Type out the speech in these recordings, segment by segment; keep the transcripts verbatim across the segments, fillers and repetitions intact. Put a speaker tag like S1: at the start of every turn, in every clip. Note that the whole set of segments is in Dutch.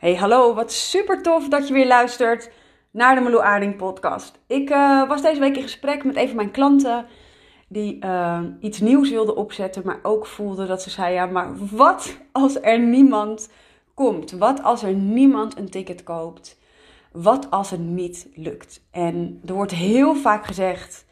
S1: Hey, hallo, wat super tof dat je weer luistert naar de Malou Aarding podcast. Ik uh, was deze week in gesprek met een van mijn klanten die uh, iets nieuws wilde opzetten, maar ook voelde dat ze zei, ja, maar wat als er niemand komt? Wat als er niemand een ticket koopt? Wat als het niet lukt? En er wordt heel vaak gezegd,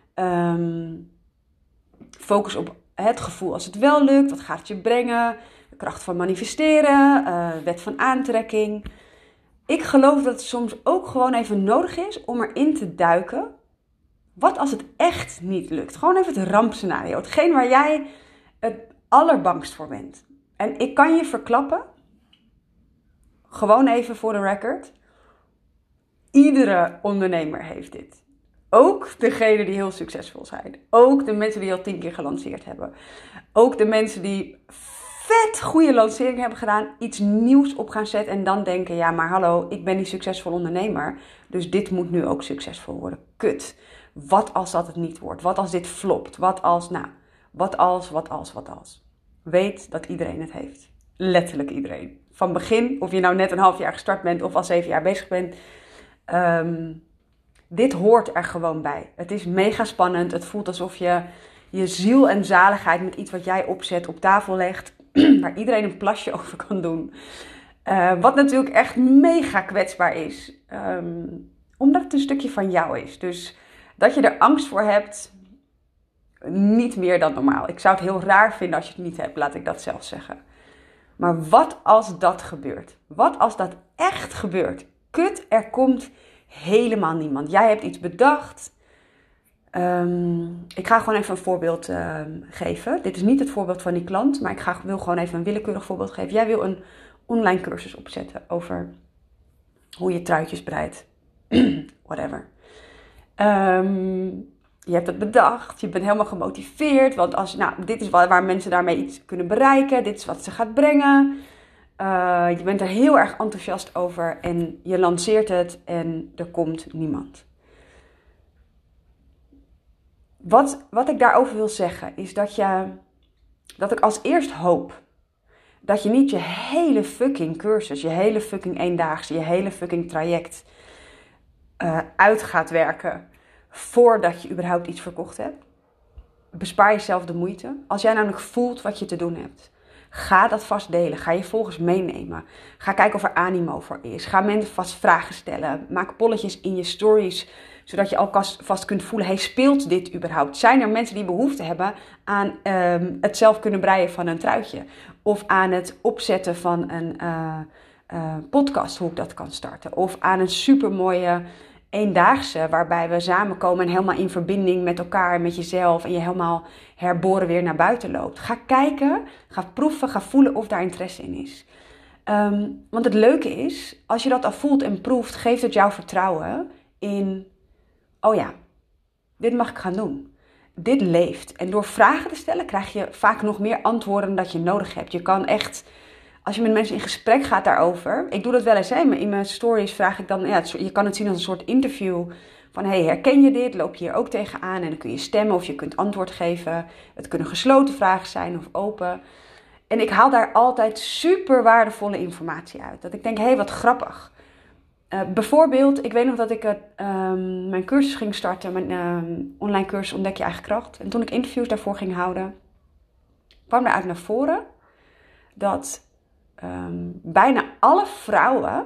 S1: um, focus op het gevoel als het wel lukt, wat gaat het je brengen? Kracht van manifesteren, uh, wet van aantrekking. Ik geloof dat het soms ook gewoon even nodig is om erin te duiken. Wat als het echt niet lukt? Gewoon even het rampscenario. Hetgeen waar jij het allerbangst voor bent. En ik kan je verklappen, gewoon even voor de record. Iedere ondernemer heeft dit. Ook degenen die heel succesvol zijn. Ook de mensen die al tien keer gelanceerd hebben. Ook de mensen die vet goede lancering hebben gedaan, iets nieuws op gaan zetten en dan denken, ja maar hallo, ik ben die succesvol ondernemer, dus dit moet nu ook succesvol worden. Kut. Wat als dat het niet wordt? Wat als dit flopt? Wat als, nou, wat als, wat als, wat als? Weet dat iedereen het heeft. Letterlijk iedereen. Van begin, of je nou net een half jaar gestart bent of al zeven jaar bezig bent. Um, dit hoort er gewoon bij. Het is mega spannend. Het voelt alsof je je ziel en zaligheid met iets wat jij opzet op tafel legt, waar iedereen een plasje over kan doen. Uh, wat natuurlijk echt mega kwetsbaar is. Um, omdat het een stukje van jou is. Dus dat je er angst voor hebt, niet meer dan normaal. Ik zou het heel raar vinden als je het niet hebt, laat ik dat zelf zeggen. Maar wat als dat gebeurt? Wat als dat echt gebeurt? Kut, er komt helemaal niemand. Jij hebt iets bedacht. Um, ik ga gewoon even een voorbeeld uh, geven. Dit is niet het voorbeeld van die klant, maar ik ga, wil gewoon even een willekeurig voorbeeld geven. Jij wil een online cursus opzetten over hoe je truitjes breidt. Whatever. Um, je hebt het bedacht, je bent helemaal gemotiveerd, want als, nou, dit is waar, waar mensen daarmee iets kunnen bereiken. Dit is wat ze gaat brengen. Uh, je bent er heel erg enthousiast over en je lanceert het en er komt niemand. Wat, wat ik daarover wil zeggen is dat, je, dat ik als eerst hoop dat je niet je hele fucking cursus, je hele fucking eendaagse, je hele fucking traject uh, uit gaat werken voordat je überhaupt iets verkocht hebt. Bespaar jezelf de moeite. Als jij namelijk voelt wat je te doen hebt, ga dat vast delen. Ga je volgers meenemen. Ga kijken of er animo voor is. Ga mensen vast vragen stellen. Maak polletjes in je stories, zodat je alvast vast kunt voelen, hey, speelt dit überhaupt? Zijn er mensen die behoefte hebben aan um, het zelf kunnen breien van een truitje? Of aan het opzetten van een uh, uh, podcast, hoe ik dat kan starten? Of aan een supermooie eendaagse, waarbij we samenkomen en helemaal in verbinding met elkaar, met jezelf, en je helemaal herboren weer naar buiten loopt. Ga kijken, ga proeven, ga voelen of daar interesse in is. Um, want het leuke is, als je dat al voelt en proeft, geeft het jou vertrouwen in, oh ja, dit mag ik gaan doen. Dit leeft. En door vragen te stellen krijg je vaak nog meer antwoorden dan dat je nodig hebt. Je kan echt, als je met mensen in gesprek gaat daarover. Ik doe dat wel eens, hè. In mijn stories vraag ik dan, ja, je kan het zien als een soort interview. Van, hey, herken je dit? Loop je hier ook tegenaan? En dan kun je stemmen of je kunt antwoord geven. Het kunnen gesloten vragen zijn of open. En ik haal daar altijd super waardevolle informatie uit. Dat ik denk, hé, hey, wat grappig. Uh, bijvoorbeeld, ik weet nog dat ik uh, um, mijn cursus ging starten, mijn uh, online cursus Ontdek je eigen kracht. En toen ik interviews daarvoor ging houden, kwam eruit naar voren dat um, bijna alle vrouwen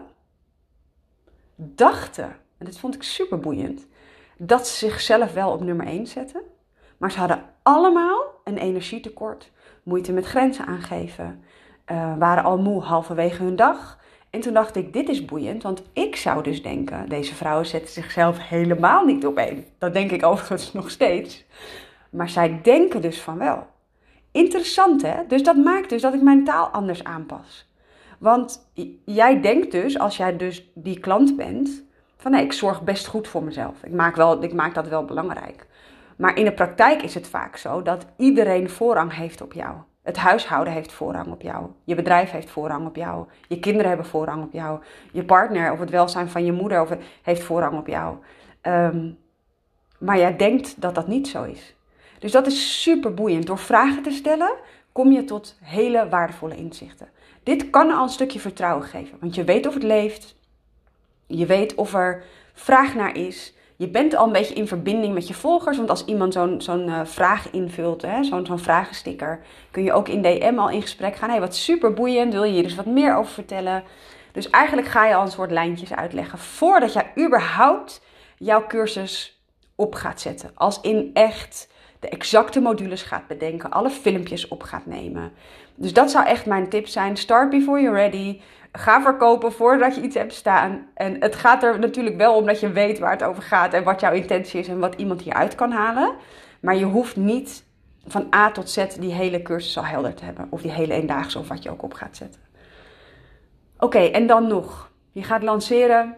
S1: dachten, en dit vond ik super boeiend, dat ze zichzelf wel op nummer één zetten. Maar ze hadden allemaal een energietekort, moeite met grenzen aangeven, uh, waren al moe halverwege hun dag. En toen dacht ik, dit is boeiend, want ik zou dus denken, deze vrouwen zetten zichzelf helemaal niet op één. Dat denk ik overigens nog steeds. Maar zij denken dus van wel. Interessant, hè? Dus dat maakt dus dat ik mijn taal anders aanpas. Want jij denkt dus, als jij dus die klant bent, van nee, ik zorg best goed voor mezelf. Ik maak, wel, ik maak dat wel belangrijk. Maar in de praktijk is het vaak zo dat iedereen voorrang heeft op jou. Het huishouden heeft voorrang op jou. Je bedrijf heeft voorrang op jou. Je kinderen hebben voorrang op jou. Je partner of het welzijn van je moeder of het, heeft voorrang op jou. Um, maar jij denkt dat dat niet zo is. Dus dat is super boeiend. Door vragen te stellen kom je tot hele waardevolle inzichten. Dit kan al een stukje vertrouwen geven. Want je weet of het leeft. Je weet of er vraag naar is. Je bent al een beetje in verbinding met je volgers. Want als iemand zo'n, zo'n uh, vraag invult, hè, zo'n, zo'n vragensticker, kun je ook in D M al in gesprek gaan. Hé, wat super boeiend. Wil je hier dus wat meer over vertellen? Dus eigenlijk ga je al een soort lijntjes uitleggen. Voordat jij überhaupt jouw cursus op gaat zetten. Als in echt de exacte modules gaat bedenken. Alle filmpjes op gaat nemen. Dus dat zou echt mijn tip zijn. Start before you're ready. Ga verkopen voordat je iets hebt staan. En het gaat er natuurlijk wel om dat je weet waar het over gaat. En wat jouw intentie is en wat iemand hieruit kan halen. Maar je hoeft niet van A tot Z die hele cursus al helder te hebben. Of die hele eendaagse of wat je ook op gaat zetten. Oké, okay, en dan nog. Je gaat lanceren.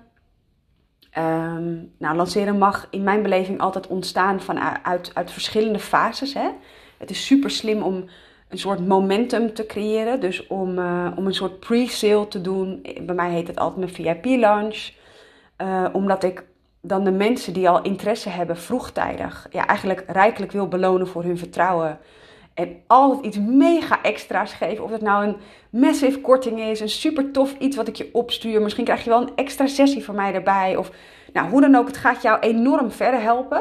S1: Um, nou, lanceren mag in mijn beleving altijd ontstaan van uit, uit verschillende fases. Hè? Het is super slim om een soort momentum te creëren. Dus om, uh, om een soort pre-sale te doen. Bij mij heet het altijd mijn V I P-launch. Uh, omdat ik dan de mensen die al interesse hebben vroegtijdig, ja, eigenlijk rijkelijk wil belonen voor hun vertrouwen. En altijd iets mega extra's geven. Of het nou een massive korting is. Een super tof iets wat ik je opstuur. Misschien krijg je wel een extra sessie van mij erbij. Of nou, hoe dan ook. Het gaat jou enorm verder helpen.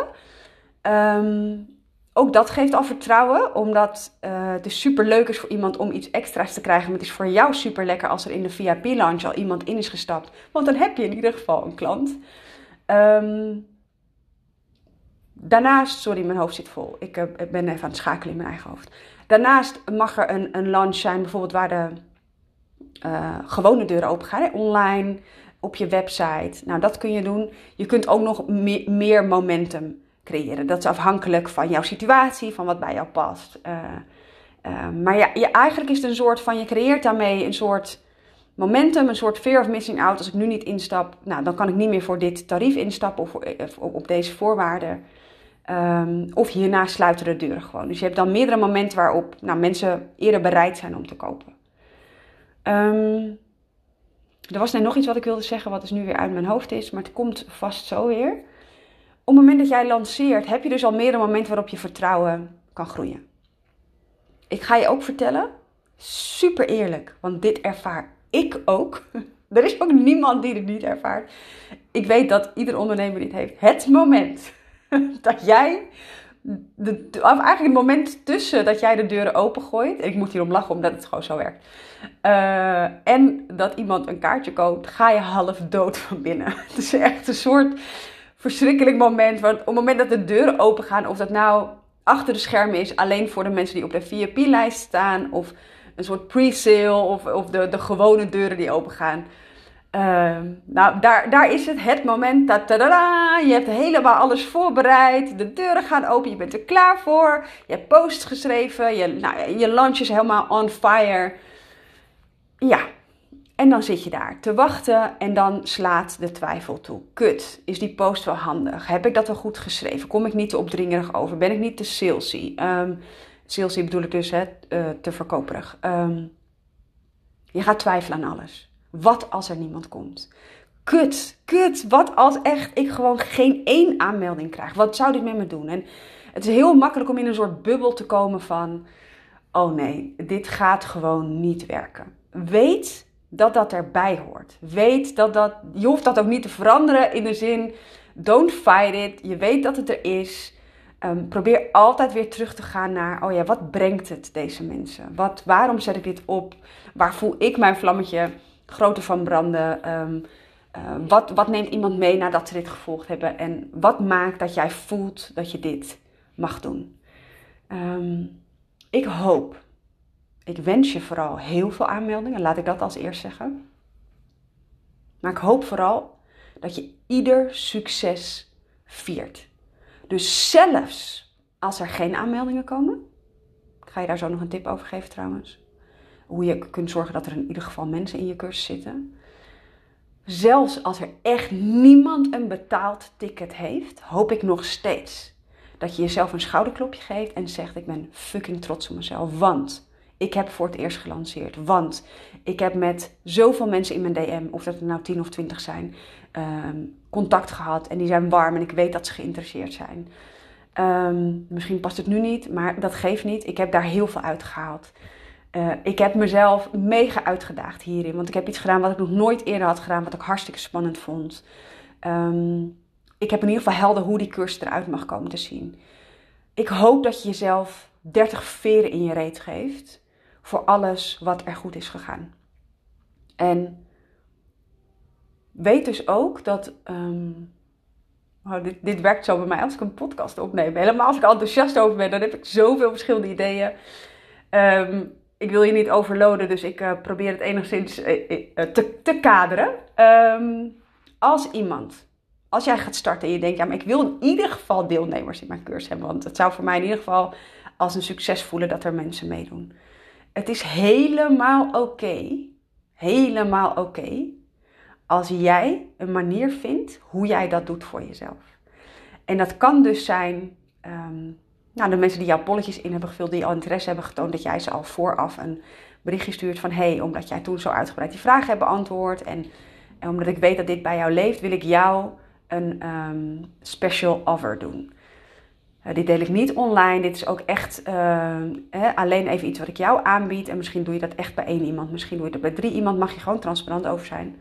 S1: Um, ook dat geeft al vertrouwen. Omdat uh, het is super leuk is voor iemand om iets extra's te krijgen. Maar het is voor jou super lekker als er in de V I P-launch al iemand in is gestapt. Want dan heb je in ieder geval een klant. Um, Daarnaast, sorry, mijn hoofd zit vol. Ik uh, ben even aan het schakelen in mijn eigen hoofd. Daarnaast mag er een, een launch zijn, bijvoorbeeld waar de uh, gewone deuren open gaan. Hè? Online, op je website. Nou, dat kun je doen. Je kunt ook nog me- meer momentum creëren. Dat is afhankelijk van jouw situatie, van wat bij jou past. Uh, uh, maar ja, je, eigenlijk is het een soort van, je creëert daarmee een soort momentum, een soort fear of missing out. Als ik nu niet instap, nou, dan kan ik niet meer voor dit tarief instappen of, of op deze voorwaarden. Um, of hierna sluiten de deuren gewoon. Dus je hebt dan meerdere momenten waarop nou, mensen eerder bereid zijn om te kopen. Um, er was net nog iets wat ik wilde zeggen, wat dus nu weer uit mijn hoofd is. Maar het komt vast zo weer. Op het moment dat jij lanceert, heb je dus al meerdere momenten waarop je vertrouwen kan groeien. Ik ga je ook vertellen, super eerlijk, want dit ervaar ik ook. Er is ook niemand die het niet ervaart. Ik weet dat ieder ondernemer dit heeft. Het moment dat jij, de, of eigenlijk het moment tussen dat jij de deuren opengooit. Ik moet hierom lachen omdat het gewoon zo werkt. Uh, en dat iemand een kaartje koopt, ga je half dood van binnen. Het is echt een soort verschrikkelijk moment. Want op het moment dat de deuren open gaan, of dat nou achter de schermen is, alleen voor de mensen die op de V I P-lijst staan, of een soort pre-sale, of, of de, de gewone deuren die open gaan. Uh, nou, daar, daar is het, het moment, ta-ta-da, je hebt helemaal alles voorbereid, de deuren gaan open, je bent er klaar voor, je hebt posts geschreven, je, nou, je launch is helemaal on fire. Ja, en dan zit je daar te wachten en dan slaat de twijfel toe. Kut, is die post wel handig? Heb ik dat wel goed geschreven? Kom ik niet te opdringerig over? Ben ik niet te salesy? Um, salesy bedoel ik dus, hè, uh, te verkoperig. Um, je gaat twijfelen aan alles. Wat als er niemand komt? Kut, kut, wat als echt ik gewoon geen één aanmelding krijg? Wat zou dit met me doen? En het is heel makkelijk om in een soort bubbel te komen van, oh nee, dit gaat gewoon niet werken. Weet dat dat erbij hoort. Weet dat dat, je hoeft dat ook niet te veranderen in de zin, don't fight it. Je weet dat het er is. Um, probeer altijd weer terug te gaan naar, oh ja, wat brengt het deze mensen? Wat, waarom zet ik dit op? Waar voel ik mijn vlammetje groter van branden? Um, uh, wat, wat neemt iemand mee nadat ze dit gevolgd hebben? En wat maakt dat jij voelt dat je dit mag doen? Um, ik hoop, ik wens je vooral heel veel aanmeldingen. Laat ik dat als eerst zeggen. Maar ik hoop vooral dat je ieder succes viert. Dus zelfs als er geen aanmeldingen komen, ik ga je daar zo nog een tip over geven trouwens. Hoe je kunt zorgen dat er in ieder geval mensen in je cursus zitten. Zelfs als er echt niemand een betaald ticket heeft, hoop ik nog steeds dat je jezelf een schouderklopje geeft en zegt, ik ben fucking trots op mezelf. Want ik heb voor het eerst gelanceerd. Want ik heb met zoveel mensen in mijn D M, of dat er nou tien of twintig zijn, um, contact gehad. En die zijn warm en ik weet dat ze geïnteresseerd zijn. Um, misschien past het nu niet, maar dat geeft niet. Ik heb daar heel veel uitgehaald. Uh, ik heb mezelf mega uitgedaagd hierin. Want ik heb iets gedaan wat ik nog nooit eerder had gedaan. Wat ik hartstikke spannend vond. Um, ik heb in ieder geval helder hoe die cursus eruit mag komen te zien. Ik hoop dat je jezelf dertig veren in je reet geeft. Voor alles wat er goed is gegaan. En weet dus ook dat... Um, oh, dit, dit werkt zo bij mij als ik een podcast opneem. Helemaal als ik enthousiast over ben. Dan heb ik zoveel verschillende ideeën. Um, ik wil je niet overloaden. Dus ik uh, probeer het enigszins uh, uh, te, te kaderen. Um, als iemand... Als jij gaat starten en je denkt... Ja, maar ik wil in ieder geval deelnemers in mijn cursus hebben. Want het zou voor mij in ieder geval als een succes voelen dat er mensen meedoen. Het is helemaal oké. Okay, helemaal oké. Okay, als jij een manier vindt hoe jij dat doet voor jezelf. En dat kan dus zijn... Um, nou, de mensen die jouw polletjes in hebben gevuld, die al interesse hebben getoond, dat jij ze al vooraf een berichtje stuurt van... Hé, hey, omdat jij toen zo uitgebreid die vragen hebt beantwoord en, en omdat ik weet dat dit bij jou leeft, wil ik jou een um, special offer doen. Uh, dit deel ik niet online. Dit is ook echt uh, eh, alleen even iets wat ik jou aanbied. En misschien doe je dat echt bij één iemand. Misschien doe je dat bij drie iemand. Mag je gewoon transparant over zijn.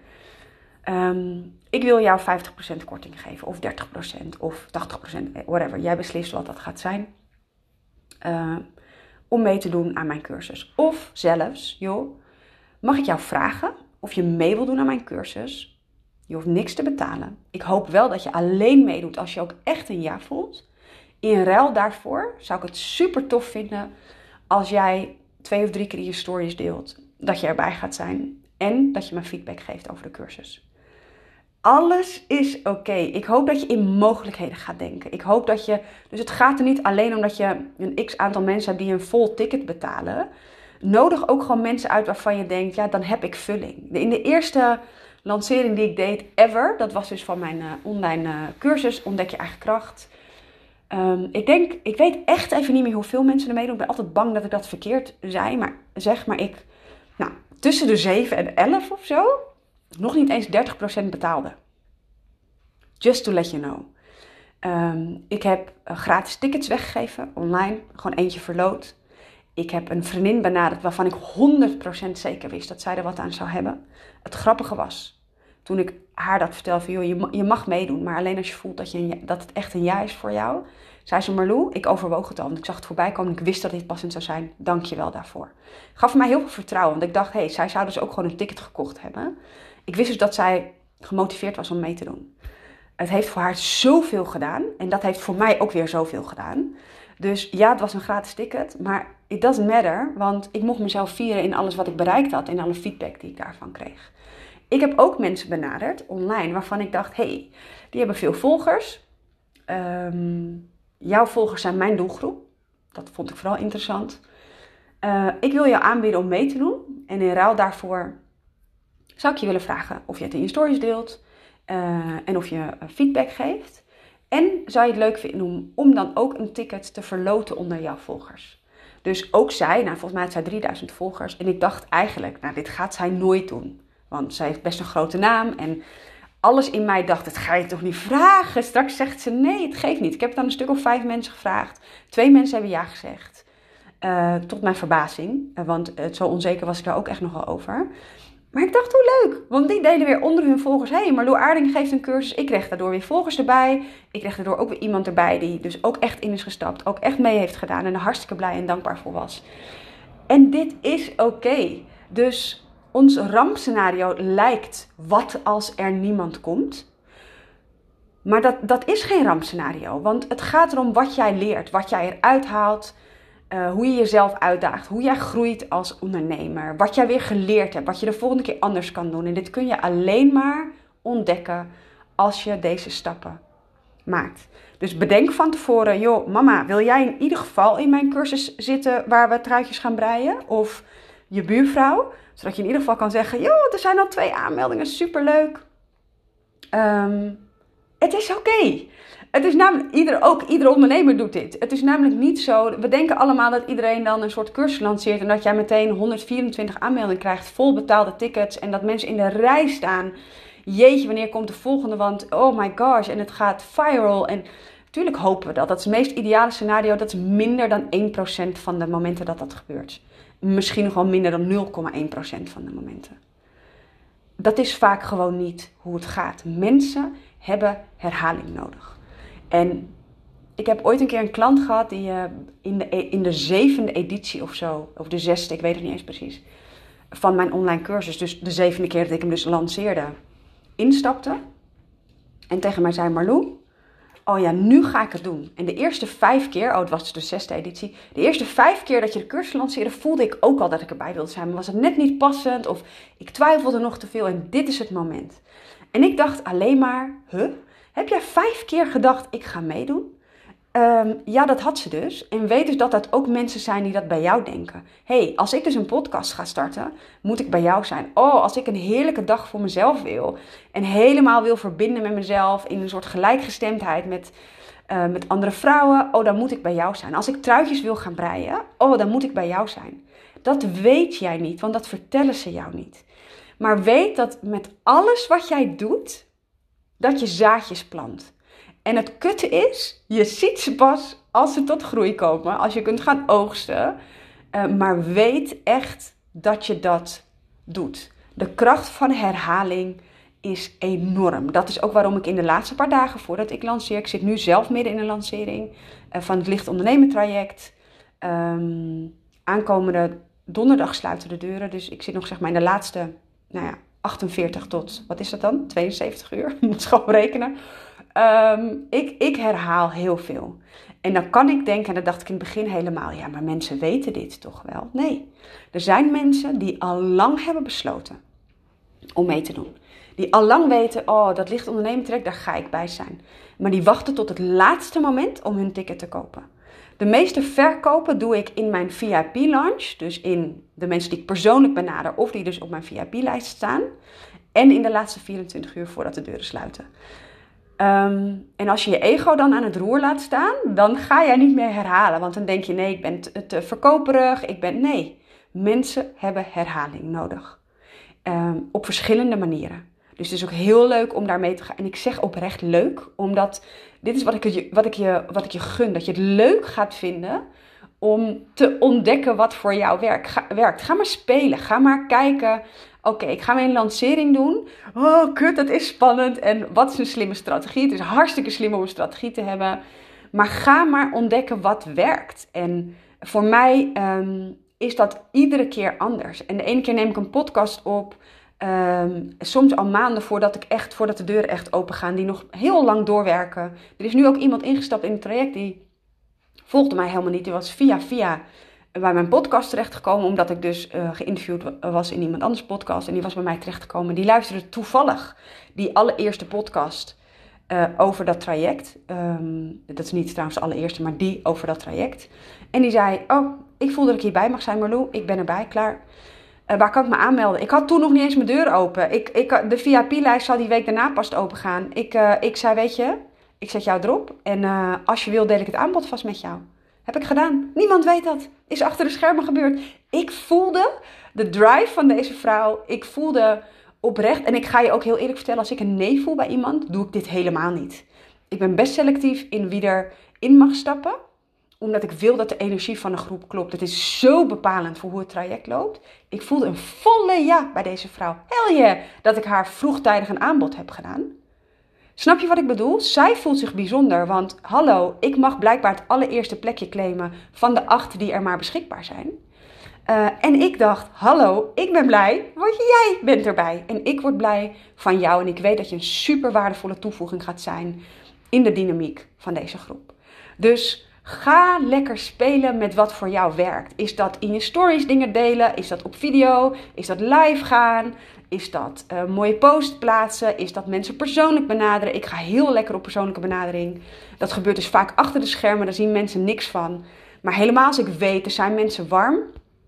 S1: Um, ik wil jou vijftig procent korting geven. Of dertig procent. Of tachtig procent. Whatever. Jij beslist wat dat gaat zijn. Uh, om mee te doen aan mijn cursus. Of zelfs, joh, mag ik jou vragen of je mee wil doen aan mijn cursus? Je hoeft niks te betalen. Ik hoop wel dat je alleen meedoet als je ook echt een ja voelt. In ruil daarvoor zou ik het super tof vinden als jij twee of drie keer in je stories deelt dat je erbij gaat zijn en dat je me feedback geeft over de cursus. Alles is oké. Okay. Ik hoop dat je in mogelijkheden gaat denken. Ik hoop dat je... Dus het gaat er niet alleen om dat je een x aantal mensen hebt die een vol ticket betalen. Nodig ook gewoon mensen uit waarvan je denkt, ja, dan heb ik vulling. In de eerste lancering die ik deed ever, dat was dus van mijn uh, online uh, cursus Ontdek je eigen kracht. Um, ik denk, ik weet echt even niet meer hoeveel mensen er meedoen. Ik ben altijd bang dat ik dat verkeerd zei, maar zeg maar ik... Nou, tussen de zeven en elf of zo... nog niet eens dertig procent betaalde. Just to let you know. Um, ik heb uh, gratis tickets weggegeven, online. Gewoon eentje verloot. Ik heb een vriendin benaderd waarvan ik honderd procent zeker wist dat zij er wat aan zou hebben. Het grappige was, toen ik haar dat vertelde van, joh, je, je mag meedoen, maar alleen als je voelt dat, je een, dat het echt een ja is voor jou. Zei ze, Marlou, ik overwoog het al, want ik zag het voorbij komen en ik wist dat dit passend zou zijn. Dank je wel daarvoor. Gaf mij heel veel vertrouwen, want ik dacht, hé, hey, zij zou dus ook gewoon een ticket gekocht hebben. Ik wist dus dat zij gemotiveerd was om mee te doen. Het heeft voor haar zoveel gedaan. En dat heeft voor mij ook weer zoveel gedaan. Dus ja, het was een gratis ticket. Maar it doesn't matter. Want ik mocht mezelf vieren in alles wat ik bereikt had. En alle feedback die ik daarvan kreeg. Ik heb ook mensen benaderd online waarvan ik dacht, hé, hey, die hebben veel volgers. Um, jouw volgers zijn mijn doelgroep. Dat vond ik vooral interessant. Uh, ik wil jou aanbieden om mee te doen. En in ruil daarvoor... zou ik je willen vragen of je het in je stories deelt uh, en of je feedback geeft. En zou je het leuk vinden om, om dan ook een ticket te verloten onder jouw volgers. Dus ook zij, nou volgens mij had zij drieduizend volgers. En ik dacht eigenlijk, nou dit gaat zij nooit doen. Want zij heeft best een grote naam en alles in mij dacht, dat ga je toch niet vragen? Straks zegt ze nee, het geeft niet. Ik heb het aan een stuk of vijf mensen gevraagd. Twee mensen hebben ja gezegd. Uh, tot mijn verbazing, uh, want uh, zo onzeker was ik daar ook echt nogal over. Maar ik dacht, hoe leuk. Want die deden weer onder hun volgers. Hé, hey, Marlou Aarding geeft een cursus. Ik kreeg daardoor weer volgers erbij. Ik kreeg daardoor ook weer iemand erbij die dus ook echt in is gestapt. Ook echt mee heeft gedaan. En er hartstikke blij en dankbaar voor was. En dit is oké. Okay. Dus ons rampscenario lijkt wat als er niemand komt. Maar dat, dat is geen rampscenario. Want het gaat erom wat jij leert. Wat jij eruit haalt. Uh, hoe je jezelf uitdaagt, hoe jij groeit als ondernemer, wat jij weer geleerd hebt, wat je de volgende keer anders kan doen. En dit kun je alleen maar ontdekken als je deze stappen maakt. Dus bedenk van tevoren, joh, mama, wil jij in ieder geval in mijn cursus zitten waar we truitjes gaan breien? Of je buurvrouw, zodat je in ieder geval kan zeggen, joh, er zijn al twee aanmeldingen, superleuk. Um, het is oké. Okay. Het is namelijk, ieder, ook iedere ondernemer doet dit. Het is namelijk niet zo, we denken allemaal dat iedereen dan een soort cursus lanceert en dat jij meteen honderdvierentwintig aanmeldingen krijgt, vol betaalde tickets en dat mensen in de rij staan. Jeetje, wanneer komt de volgende, want oh my gosh, en het gaat viral. En natuurlijk hopen we dat. Dat is het meest ideale scenario, dat is minder dan één procent van de momenten dat dat gebeurt. misschien nog wel minder dan nul komma één procent van de momenten. Dat is vaak gewoon niet hoe het gaat. Mensen hebben herhaling nodig. En ik heb ooit een keer een klant gehad die uh, in, de, in de zevende editie of zo, of de zesde, ik weet het niet eens precies, van mijn online cursus, dus de zevende keer dat ik hem dus lanceerde, instapte. En tegen mij zei: Marlou, oh ja, nu ga ik het doen. En de eerste vijf keer, oh het was dus de zesde editie, de eerste vijf keer dat je de cursus lanceerde, voelde ik ook al dat ik erbij wilde zijn. Maar was het net niet passend of ik twijfelde nog te veel en dit is het moment. En ik dacht alleen maar, huh? Heb jij vijf keer gedacht, ik ga meedoen? Um, ja, dat had ze dus. En weet dus dat dat ook mensen zijn die dat bij jou denken. Hé, hey, als ik dus een podcast ga starten, moet ik bij jou zijn. Oh, als ik een heerlijke dag voor mezelf wil en helemaal wil verbinden met mezelf in een soort gelijkgestemdheid met, uh, met andere vrouwen, oh, dan moet ik bij jou zijn. Als ik truitjes wil gaan breien, oh, dan moet ik bij jou zijn. Dat weet jij niet, want dat vertellen ze jou niet. Maar weet dat met alles wat jij doet, dat je zaadjes plant. En het kutte is, je ziet ze pas als ze tot groei komen, als je kunt gaan oogsten. Uh, maar weet echt dat je dat doet. De kracht van herhaling is enorm. Dat is ook waarom ik in de laatste paar dagen voordat ik lanceer, ik zit nu zelf midden in een lancering uh, van het Licht Ondernemen traject. Um, aankomende donderdag sluiten de deuren, dus ik zit nog zeg maar in de laatste, nou ja, achtenveertig tot, wat is dat dan? tweeënzeventig uur, ik moet gewoon rekenen. Um, ik, ik herhaal heel veel. En dan kan ik denken, en dat dacht ik in het begin helemaal, ja, maar mensen weten dit toch wel? Nee, er zijn mensen die al lang hebben besloten om mee te doen. Die al lang weten, oh, dat Licht Ondernemen traject, daar ga ik bij zijn. Maar die wachten tot het laatste moment om hun ticket te kopen. De meeste verkopen doe ik in mijn V I P-launch, dus in de mensen die ik persoonlijk benader of die dus op mijn V I P-lijst staan. En in de laatste vierentwintig uur voordat de deuren sluiten. Um, en als je je ego dan aan het roer laat staan, dan ga jij niet meer herhalen. Want dan denk je, nee, ik ben te, te verkoperig. Ik ben... Nee, mensen hebben herhaling nodig. Um, op verschillende manieren. Dus het is ook heel leuk om daarmee te gaan. En ik zeg oprecht leuk, omdat dit is wat ik je, wat ik je, wat ik je gun. Dat je het leuk gaat vinden om te ontdekken wat voor jou werkt. Ga, werkt. Ga maar spelen, ga maar kijken. Oké, okay, ik ga mijn lancering doen. Oh, kut, dat is spannend. En wat is een slimme strategie? Het is hartstikke slim om een strategie te hebben. Maar ga maar ontdekken wat werkt. En voor mij um, is dat iedere keer anders. En de ene keer neem ik een podcast op. Um, soms al maanden voordat, ik echt, voordat de deuren echt open gaan. Die nog heel lang doorwerken. Er is nu ook iemand ingestapt in het traject. Die volgde mij helemaal niet. Die was via via... bij mijn podcast terechtgekomen, omdat ik dus uh, geïnterviewd was in iemand anders podcast. En die was bij mij terechtgekomen. Die luisterde toevallig die allereerste podcast uh, over dat traject. Um, dat is niet trouwens de allereerste, maar die over dat traject. En die zei, oh, ik voel dat ik hierbij mag zijn, Marlou. Ik ben erbij, klaar. Uh, waar kan ik me aanmelden? Ik had toen nog niet eens mijn deur open. Ik, ik, de V I P-lijst zal die week daarna pas open gaan. Ik, uh, ik zei, weet je, ik zet jou erop. En uh, als je wil, deel ik het aanbod vast met jou. Heb ik gedaan. Niemand weet dat. Is achter de schermen gebeurd. Ik voelde de drive van deze vrouw. Ik voelde oprecht. En ik ga je ook heel eerlijk vertellen. Als ik een nee voel bij iemand, doe ik dit helemaal niet. Ik ben best selectief in wie er in mag stappen. Omdat ik wil dat de energie van de groep klopt. Het is zo bepalend voor hoe het traject loopt. Ik voelde een volle ja bij deze vrouw. Hel je dat ik haar vroegtijdig een aanbod heb gedaan. Snap je wat ik bedoel? Zij voelt zich bijzonder, want hallo, ik mag blijkbaar het allereerste plekje claimen van de acht die er maar beschikbaar zijn. Uh, en ik dacht, hallo, ik ben blij, want jij bent erbij. En ik word blij van jou en ik weet dat je een super waardevolle toevoeging gaat zijn in de dynamiek van deze groep. Dus ga lekker spelen met wat voor jou werkt. Is dat in je stories dingen delen? Is dat op video? Is dat live gaan? Is dat uh, mooie post plaatsen? Is dat mensen persoonlijk benaderen? Ik ga heel lekker op persoonlijke benadering. Dat gebeurt dus vaak achter de schermen. Daar zien mensen niks van. Maar helemaal als ik weet, er zijn mensen warm.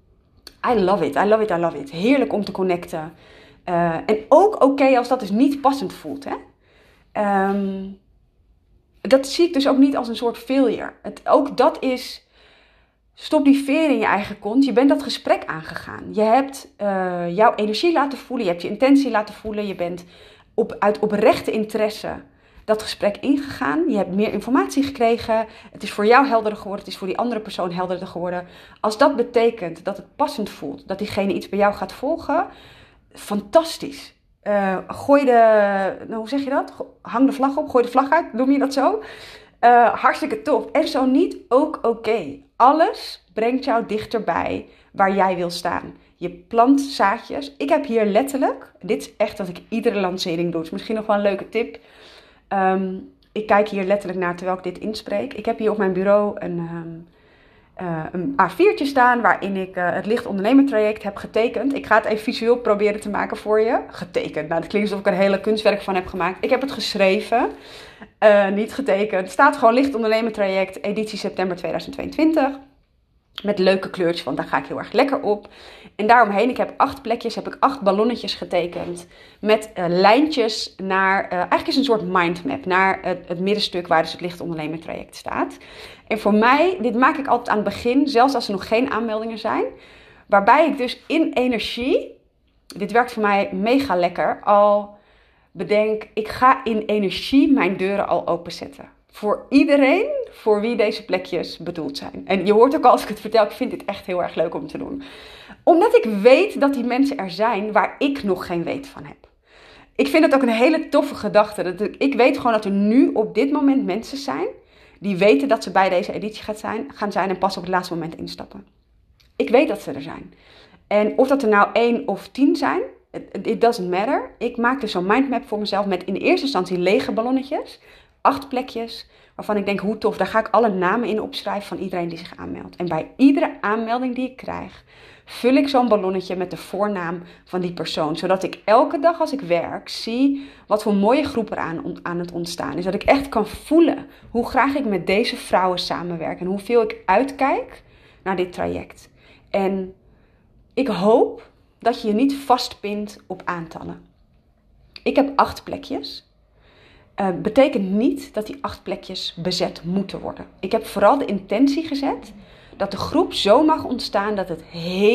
S1: I love it, I love it, I love it. Heerlijk om te connecten. Uh, en ook oké okay als dat dus niet passend voelt. Hè? Um, dat zie ik dus ook niet als een soort failure. Het, ook dat is... Stop die veer in je eigen kont. Je bent dat gesprek aangegaan. Je hebt uh, jouw energie laten voelen. Je hebt je intentie laten voelen. Je bent op, uit oprechte interesse dat gesprek ingegaan. Je hebt meer informatie gekregen. Het is voor jou helderder geworden. Het is voor die andere persoon helderder geworden. Als dat betekent dat het passend voelt, dat diegene iets bij jou gaat volgen, fantastisch. Uh, gooi de, nou, hoe zeg je dat? Hang de vlag op, gooi de vlag uit, noem je dat zo? Uh, hartstikke tof. En zo niet, ook oké. Okay. Alles brengt jou dichterbij waar jij wil staan. Je plant zaadjes. Ik heb hier letterlijk, dit is echt wat ik iedere lancering doe. Het is misschien nog wel een leuke tip. Um, ik kijk hier letterlijk naar terwijl ik dit inspreek. Ik heb hier op mijn bureau een, um, uh, een A viertje staan waarin ik uh, het Licht Ondernemer traject heb getekend. Ik ga het even visueel proberen te maken voor je. Getekend. Nou, dat klinkt alsof ik er een hele kunstwerk van heb gemaakt. Ik heb het geschreven. Uh, niet getekend. Het staat gewoon Licht Ondernemer traject, editie september tweeduizend tweeëntwintig. Met leuke kleurtjes, want daar ga ik heel erg lekker op. En daaromheen, ik heb acht plekjes, heb ik acht ballonnetjes getekend. Met uh, lijntjes naar, uh, eigenlijk is het een soort mindmap, naar het, het middenstuk waar dus het Licht Ondernemer traject staat. En voor mij, dit maak ik altijd aan het begin, zelfs als er nog geen aanmeldingen zijn. Waarbij ik dus in energie, dit werkt voor mij mega lekker, al bedenk, ik ga in energie mijn deuren al openzetten. Voor iedereen voor wie deze plekjes bedoeld zijn. En je hoort ook al als ik het vertel, ik vind dit echt heel erg leuk om te doen. Omdat ik weet dat die mensen er zijn waar ik nog geen weet van heb. Ik vind het ook een hele toffe gedachte. Dat ik weet gewoon dat er nu op dit moment mensen zijn die weten dat ze bij deze editie gaan zijn, gaan zijn en pas op het laatste moment instappen. Ik weet dat ze er zijn. En of dat er nou één of tien zijn, it doesn't matter. Ik maak dus zo'n mindmap voor mezelf met in de eerste instantie lege ballonnetjes. Acht plekjes waarvan ik denk, hoe tof, daar ga ik alle namen in opschrijven van iedereen die zich aanmeldt. En bij iedere aanmelding die ik krijg, vul ik zo'n ballonnetje met de voornaam van die persoon. Zodat ik elke dag als ik werk zie wat voor mooie groep er aan, aan het ontstaan is. Dat ik echt kan voelen hoe graag ik met deze vrouwen samenwerk. En hoeveel ik uitkijk naar dit traject. En ik hoop dat je je niet vastpint op aantallen. Ik heb acht plekjes. Uh, betekent niet dat die acht plekjes bezet moeten worden. Ik heb vooral de intentie gezet dat de groep zo mag ontstaan dat het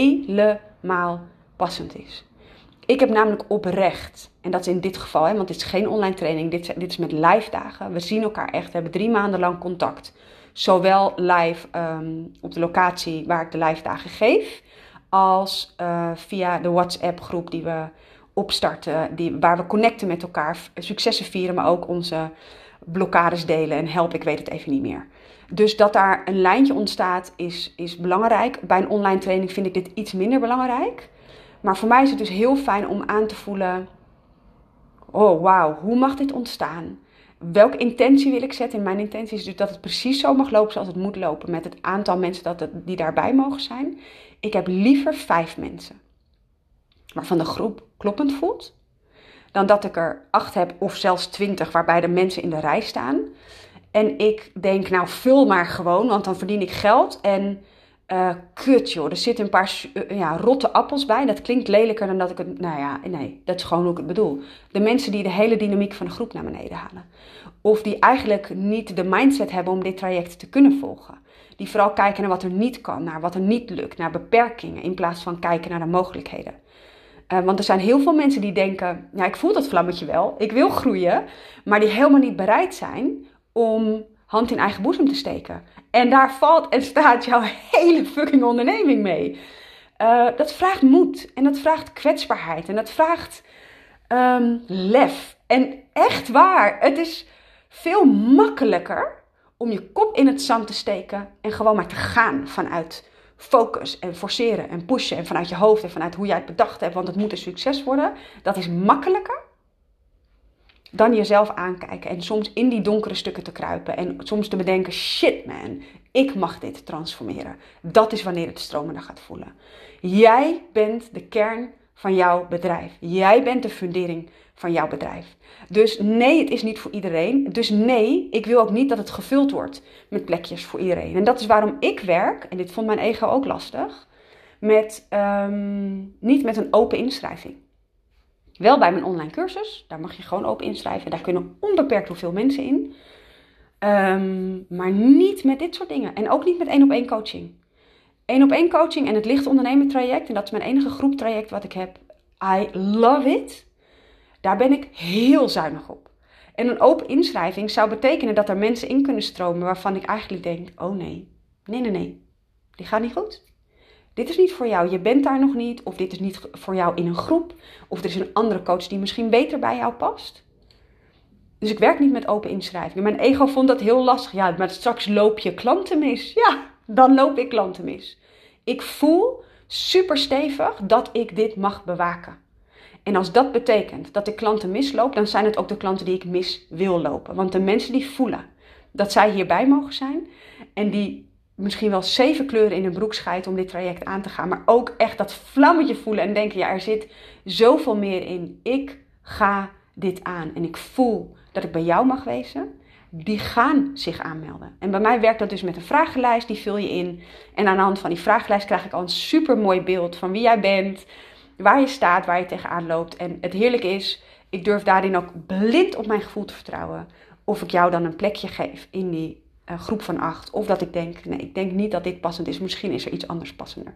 S1: helemaal passend is. Ik heb namelijk oprecht, en dat is in dit geval, hè, want dit is geen online training, dit, dit is met live dagen. We zien elkaar echt, we hebben drie maanden lang contact. Zowel live um, op de locatie waar ik de live dagen geef, als uh, via de WhatsApp groep die we opstarten, die, waar we connecten met elkaar, successen vieren, maar ook onze blokkades delen en help, ik weet het even niet meer. Dus dat daar een lijntje ontstaat is, is belangrijk. Bij een online training vind ik dit iets minder belangrijk. Maar voor mij is het dus heel fijn om aan te voelen, oh wauw, hoe mag dit ontstaan? Welke intentie wil ik zetten? En mijn intentie is dus dat het precies zo mag lopen zoals het moet lopen, met het aantal mensen dat het, die daarbij mogen zijn. Ik heb liever vijf mensen waarvan de groep kloppend voelt, dan dat ik er acht heb of zelfs twintig waarbij de mensen in de rij staan. En ik denk, nou vul maar gewoon, want dan verdien ik geld. En uh, kut joh, er zitten een paar uh, ja, rotte appels bij. Dat klinkt lelijker dan dat ik het, nou ja, nee, dat is gewoon hoe ik het bedoel. De mensen die de hele dynamiek van de groep naar beneden halen. Of die eigenlijk niet de mindset hebben om dit traject te kunnen volgen. Die vooral kijken naar wat er niet kan, naar wat er niet lukt, naar beperkingen, in plaats van kijken naar de mogelijkheden. Uh, want er zijn heel veel mensen die denken, ja, ik voel dat vlammetje wel, ik wil groeien, maar die helemaal niet bereid zijn om hand in eigen boezem te steken. En daar valt en staat jouw hele fucking onderneming mee. Uh, dat vraagt moed en dat vraagt kwetsbaarheid en dat vraagt um, lef. En echt waar, het is veel makkelijker om je kop in het zand te steken en gewoon maar te gaan vanuit focus en forceren en pushen en vanuit je hoofd en vanuit hoe jij het bedacht hebt, want het moet een succes worden. Dat is makkelijker dan jezelf aankijken en soms in die donkere stukken te kruipen en soms te bedenken, shit man, ik mag dit transformeren. Dat is wanneer het stromender gaat voelen. Jij bent de kern van jouw bedrijf. Jij bent de fundering van jouw bedrijf. Dus nee, het is niet voor iedereen. Dus nee, ik wil ook niet dat het gevuld wordt met plekjes voor iedereen. En dat is waarom ik werk, en dit vond mijn ego ook lastig, met, um, niet met een open inschrijving. Wel bij mijn online cursus, daar mag je gewoon open inschrijven. Daar kunnen onbeperkt hoeveel mensen in. Um, maar niet met dit soort dingen. En ook niet met één op één coaching. Één op één coaching en het Licht Ondernemen traject. En dat is mijn enige groeptraject wat ik heb. I love it. Daar ben ik heel zuinig op. En een open inschrijving zou betekenen dat er mensen in kunnen stromen waarvan ik eigenlijk denk, oh nee, nee, nee, nee, die gaat niet goed. Dit is niet voor jou, je bent daar nog niet, of dit is niet voor jou in een groep, of er is een andere coach die misschien beter bij jou past. Dus ik werk niet met open inschrijvingen. Mijn ego vond dat heel lastig. Ja, maar straks loop je klanten mis. Ja, dan loop ik klanten mis. Ik voel super stevig dat ik dit mag bewaken. En als dat betekent dat ik klanten misloop, dan zijn het ook de klanten die ik mis wil lopen. Want de mensen die voelen dat zij hierbij mogen zijn en die misschien wel zeven kleuren in hun broek schijt om dit traject aan te gaan, maar ook echt dat vlammetje voelen en denken, ja, er zit zoveel meer in. Ik ga dit aan en ik voel dat ik bij jou mag wezen. Die gaan zich aanmelden. En bij mij werkt dat dus met een vragenlijst, die vul je in. En aan de hand van die vragenlijst krijg ik al een super mooi beeld van wie jij bent, waar je staat, waar je tegenaan loopt. En het heerlijke is, ik durf daarin ook blind op mijn gevoel te vertrouwen. Of ik jou dan een plekje geef in die uh, groep van acht. Of dat ik denk, nee, ik denk niet dat dit passend is. Misschien is er iets anders passender.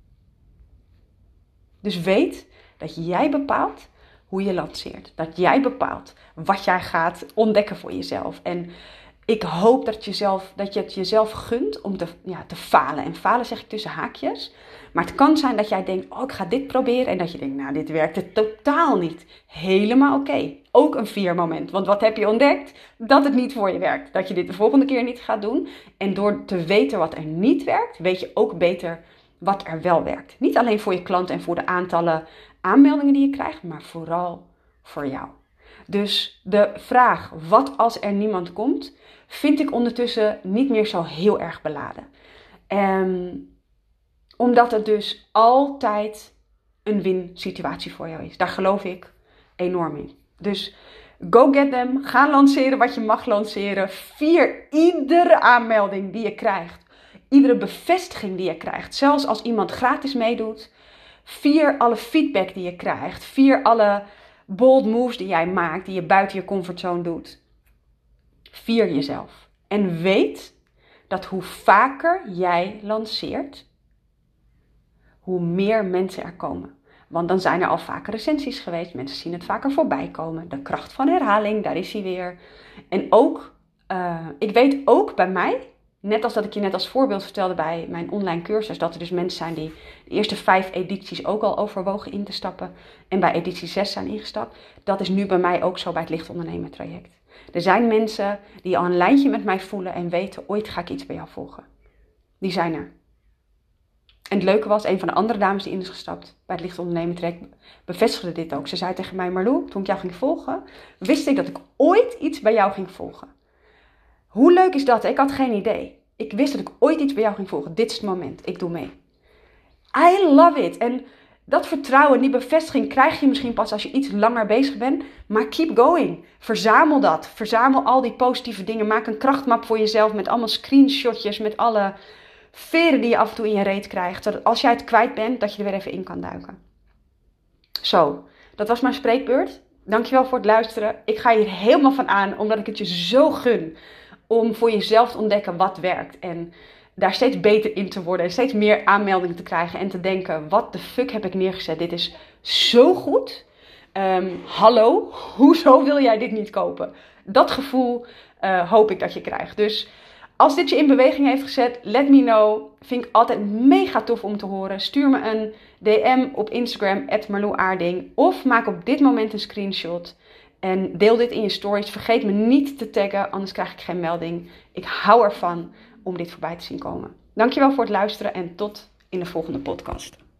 S1: Dus weet dat jij bepaalt hoe je lanceert. Dat jij bepaalt wat jij gaat ontdekken voor jezelf. En ik hoop dat, jezelf, dat je het jezelf gunt om te, ja, te falen. En falen zeg ik tussen haakjes. Maar het kan zijn dat jij denkt, oh, ik ga dit proberen. En dat je denkt, nou, dit werkt het totaal niet. Helemaal oké. Okay. Ook een vier moment. Want wat heb je ontdekt? Dat het niet voor je werkt. Dat je dit de volgende keer niet gaat doen. En door te weten wat er niet werkt, weet je ook beter wat er wel werkt. Niet alleen voor je klant en voor de aantallen aanmeldingen die je krijgt, maar vooral voor jou. Dus de vraag, wat als er niemand komt, vind ik ondertussen niet meer zo heel erg beladen. Um, omdat het dus altijd een win situatie voor jou is. Daar geloof ik enorm in. Dus go get them. Ga lanceren wat je mag lanceren. Vier iedere aanmelding die je krijgt. Iedere bevestiging die je krijgt. Zelfs als iemand gratis meedoet. Vier alle feedback die je krijgt. Vier alle bold moves die jij maakt. Die je buiten je comfortzone doet. Vier jezelf. En weet dat hoe vaker jij lanceert, hoe meer mensen er komen. Want dan zijn er al vaker recensies geweest. Mensen zien het vaker voorbij komen. De kracht van herhaling, daar is hij weer. En ook, uh, ik weet ook bij mij, net als dat ik je net als voorbeeld vertelde bij mijn online cursus, dat er dus mensen zijn die de eerste vijf edities ook al overwogen in te stappen. En bij editie zes zijn ingestapt. Dat is nu bij mij ook zo bij het Licht Ondernemen traject. Er zijn mensen die al een lijntje met mij voelen en weten, ooit ga ik iets bij jou volgen. Die zijn er. En het leuke was, een van de andere dames die in is gestapt bij het Licht Ondernemen traject bevestigde dit ook. Ze zei tegen mij, Marlou, toen ik jou ging volgen, wist ik dat ik ooit iets bij jou ging volgen. Hoe leuk is dat? Ik had geen idee. Ik wist dat ik ooit iets bij jou ging volgen. Dit is het moment. Ik doe mee. I love it. En dat vertrouwen, die bevestiging krijg je misschien pas als je iets langer bezig bent. Maar keep going. Verzamel dat. Verzamel al die positieve dingen. Maak een krachtmap voor jezelf met allemaal screenshotjes, met alle veren die je af en toe in je reet krijgt. Zodat als jij het kwijt bent, dat je er weer even in kan duiken. Zo, dat was mijn spreekbeurt. Dankjewel voor het luisteren. Ik ga hier helemaal van aan, omdat ik het je zo gun om voor jezelf te ontdekken wat werkt. En daar steeds beter in te worden. En steeds meer aanmeldingen te krijgen. En te denken, wat de fuck heb ik neergezet? Dit is zo goed. Um, hallo, hoezo wil jij dit niet kopen? Dat gevoel uh, hoop ik dat je krijgt. Dus als dit je in beweging heeft gezet, let me know. Vind ik altijd mega tof om te horen. Stuur me een D M op Instagram, at Marlou Aarding. Of maak op dit moment een screenshot. En deel dit in je stories. Vergeet me niet te taggen, anders krijg ik geen melding. Ik hou ervan om dit voorbij te zien komen. Dankjewel voor het luisteren en tot in de volgende podcast.